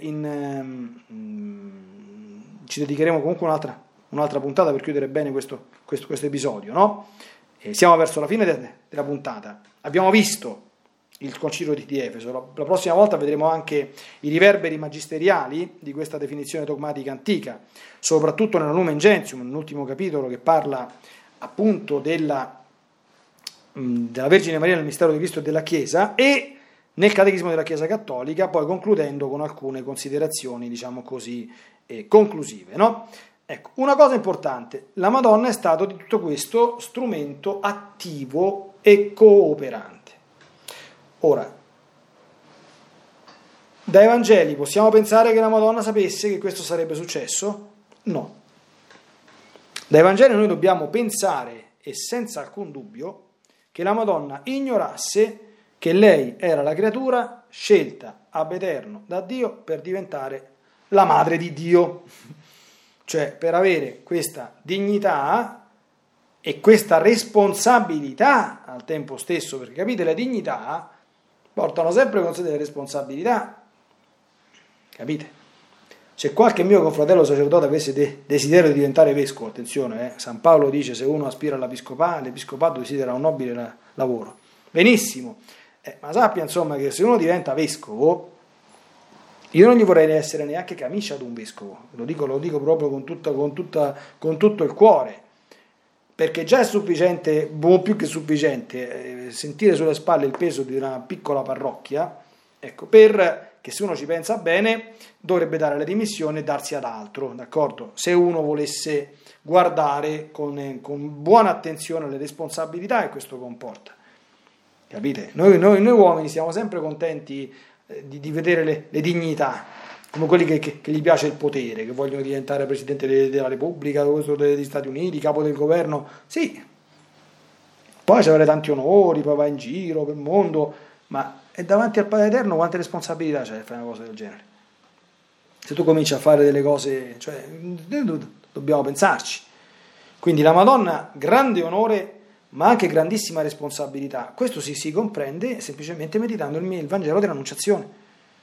ci dedicheremo comunque un'altra puntata per chiudere bene questo episodio, no? Siamo verso la fine della puntata. Abbiamo visto il Concilio di Efeso. La prossima volta vedremo anche i riverberi magisteriali di questa definizione dogmatica antica, soprattutto nella Lumen Gentium, nell'ultimo capitolo che parla appunto della Vergine Maria nel mistero di Cristo e della Chiesa, e nel Catechismo della Chiesa Cattolica, poi concludendo con alcune considerazioni, diciamo così, conclusive, no? Ecco, una cosa importante, la Madonna è stato di tutto questo strumento attivo e cooperante. Ora, dai Vangeli possiamo pensare che la Madonna sapesse che questo sarebbe successo? No. Dai Vangeli noi dobbiamo pensare, e senza alcun dubbio, che la Madonna ignorasse che lei era la creatura scelta ab eterno da Dio per diventare la madre di Dio, cioè per avere questa dignità e questa responsabilità al tempo stesso, perché capite, le dignità portano sempre con sé delle responsabilità, capite? Se qualche mio confratello sacerdote avesse desiderio di diventare vescovo, attenzione, San Paolo dice se uno aspira all'episcopato desidera un nobile lavoro, benissimo, ma sappia insomma che se uno diventa vescovo, io non gli vorrei essere neanche camicia ad un vescovo, lo dico proprio con tutto il cuore, perché già è sufficiente, più che sufficiente, sentire sulle spalle il peso di una piccola parrocchia, ecco, che se uno ci pensa bene dovrebbe dare le dimissioni e darsi ad altro, d'accordo? Se uno volesse guardare con buona attenzione alle responsabilità che questo comporta, capite? Noi uomini siamo sempre contenti di vedere le dignità, come quelli che gli piace il potere, che vogliono diventare presidente della Repubblica, degli Stati Uniti, capo del governo, sì, poi ci avrà tanti onori, poi va in giro per il mondo, ma è davanti al Padre Eterno quante responsabilità c'è fare una cosa del genere? Se tu cominci a fare delle cose, cioè, dobbiamo pensarci. Quindi la Madonna, grande onore, ma anche grandissima responsabilità. Questo si comprende semplicemente meditando il Vangelo dell'Annunciazione.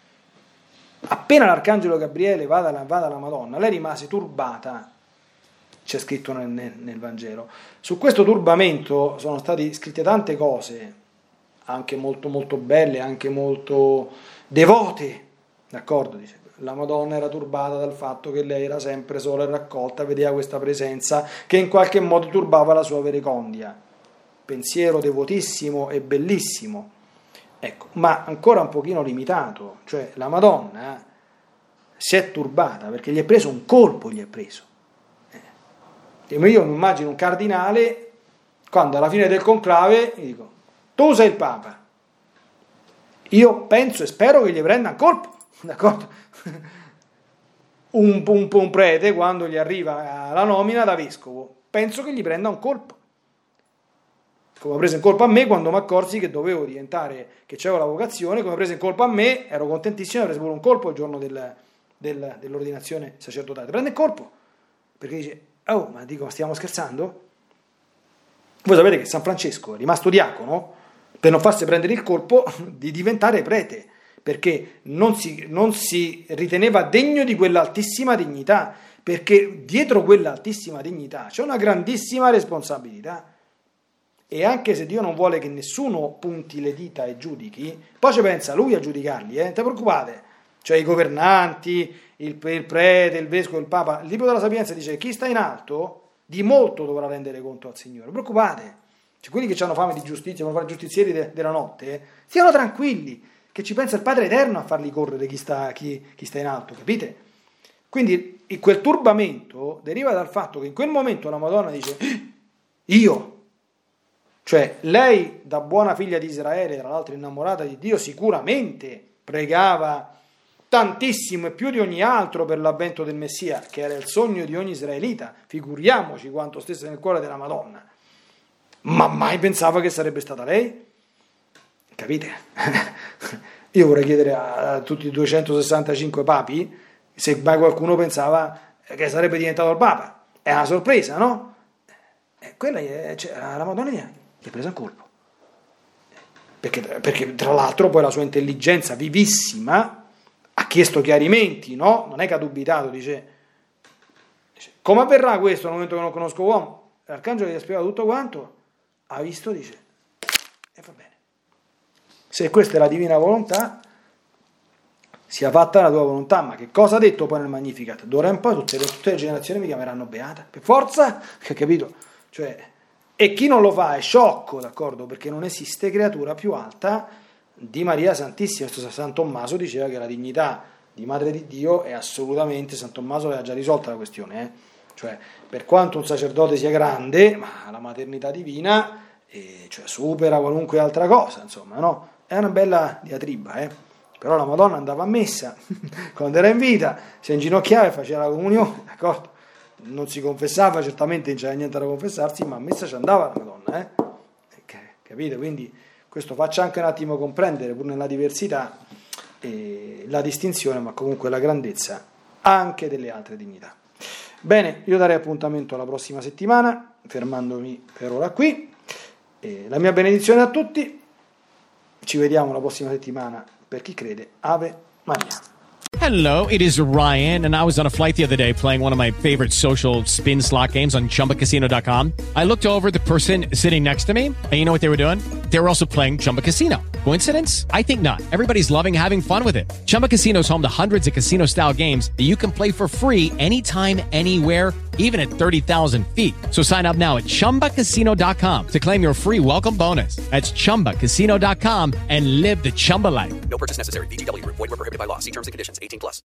Appena l'Arcangelo Gabriele va dalla Madonna, lei rimase turbata, c'è scritto nel Vangelo. Su questo turbamento sono state scritte tante cose, anche molto molto belle, anche molto devote, d'accordo? Dice, la Madonna era turbata dal fatto che lei era sempre sola e raccolta, vedeva questa presenza che in qualche modo turbava la sua verecondia. Pensiero devotissimo e bellissimo, ecco, ma ancora un pochino limitato, cioè la Madonna si è turbata perché gli è preso un colpo, io mi immagino un cardinale quando alla fine del conclave gli dico: tu sei il Papa, io penso e spero che gli prenda un colpo, d'accordo? Un prete quando gli arriva la nomina da vescovo, penso che gli prenda un colpo, come ha preso in colpa a me quando mi accorsi che dovevo diventare, che c'avevo la vocazione, come ha preso in colpa a me, ero contentissimo, ho preso pure un colpo il giorno dell'ordinazione sacerdotale, prende il colpo, perché dice: oh, ma dico, stiamo scherzando? Voi sapete che San Francesco è rimasto diacono per non farsi prendere il colpo di diventare prete, perché non si riteneva degno di quell'altissima dignità, perché dietro quell'altissima dignità c'è una grandissima responsabilità. E anche se Dio non vuole che nessuno punti le dita e giudichi, poi ci pensa lui a giudicarli, non ti preoccupate, cioè i governanti, il prete, il vescovo, il papa. Il libro della Sapienza dice: chi sta in alto di molto dovrà rendere conto al Signore. Non preoccupate, cioè, quelli che hanno fame di giustizia, vogliono fare giustizieri della notte, siano tranquilli, che ci pensa il Padre Eterno a farli correre chi sta in alto, capite? Quindi quel turbamento deriva dal fatto che in quel momento la Madonna dice: io, cioè lei da buona figlia di Israele, tra l'altro innamorata di Dio, sicuramente pregava tantissimo e più di ogni altro per l'avvento del Messia, che era il sogno di ogni israelita, figuriamoci quanto stesse nel cuore della Madonna, ma mai pensava che sarebbe stata lei, capite? Io vorrei chiedere a tutti i 265 papi se mai qualcuno pensava che sarebbe diventato il Papa. È una sorpresa, no? Quella la Madonna gli è presa in colpo, perché tra l'altro poi la sua intelligenza vivissima ha chiesto chiarimenti, no? Non è che ha dubitato, dice come avverrà questo nel momento che non conosco uomo? L'arcangelo gli ha spiegato tutto quanto, ha visto, dice e va bene, se questa è la divina volontà sia fatta la tua volontà. Ma che cosa ha detto poi nel Magnificat? D'ora in poi tutte le generazioni mi chiameranno beata, per forza, capito? Cioè, e chi non lo fa è sciocco, d'accordo? Perché non esiste creatura più alta di Maria Santissima. San Tommaso diceva che la dignità di Madre di Dio è assolutamente, San Tommaso aveva già risolta la questione, cioè per quanto un sacerdote sia grande, ma la maternità divina cioè, supera qualunque altra cosa, insomma, no? È una bella diatriba, Però la Madonna andava a messa quando era in vita, si inginocchiava e faceva la comunione, d'accordo? Non si confessava, certamente non c'era niente da confessarsi, ma a messa ci andava la Madonna, capite? Quindi questo faccia anche un attimo comprendere, pur nella diversità, la distinzione, ma comunque la grandezza anche delle altre dignità. Bene, io darei appuntamento alla prossima settimana, fermandomi per ora qui. La mia benedizione a tutti, ci vediamo la prossima settimana. Per chi crede, Ave Maria. Hello, it is Ryan, and I was on a flight the other day playing one of my favorite social spin slot games on ChumbaCasino.com. I looked over at the person sitting next to me, and you know what they were doing? They were also playing Chumba Casino. Coincidence? I think not. Everybody's loving having fun with it. Chumba Casino is home to hundreds of casino-style games that you can play for free anytime, anywhere, even at 30,000 feet. So sign up now at ChumbaCasino.com to claim your free welcome bonus. That's ChumbaCasino.com and live the Chumba life. No purchase necessary. VGW. Void where prohibited by law. See terms and conditions. 18+.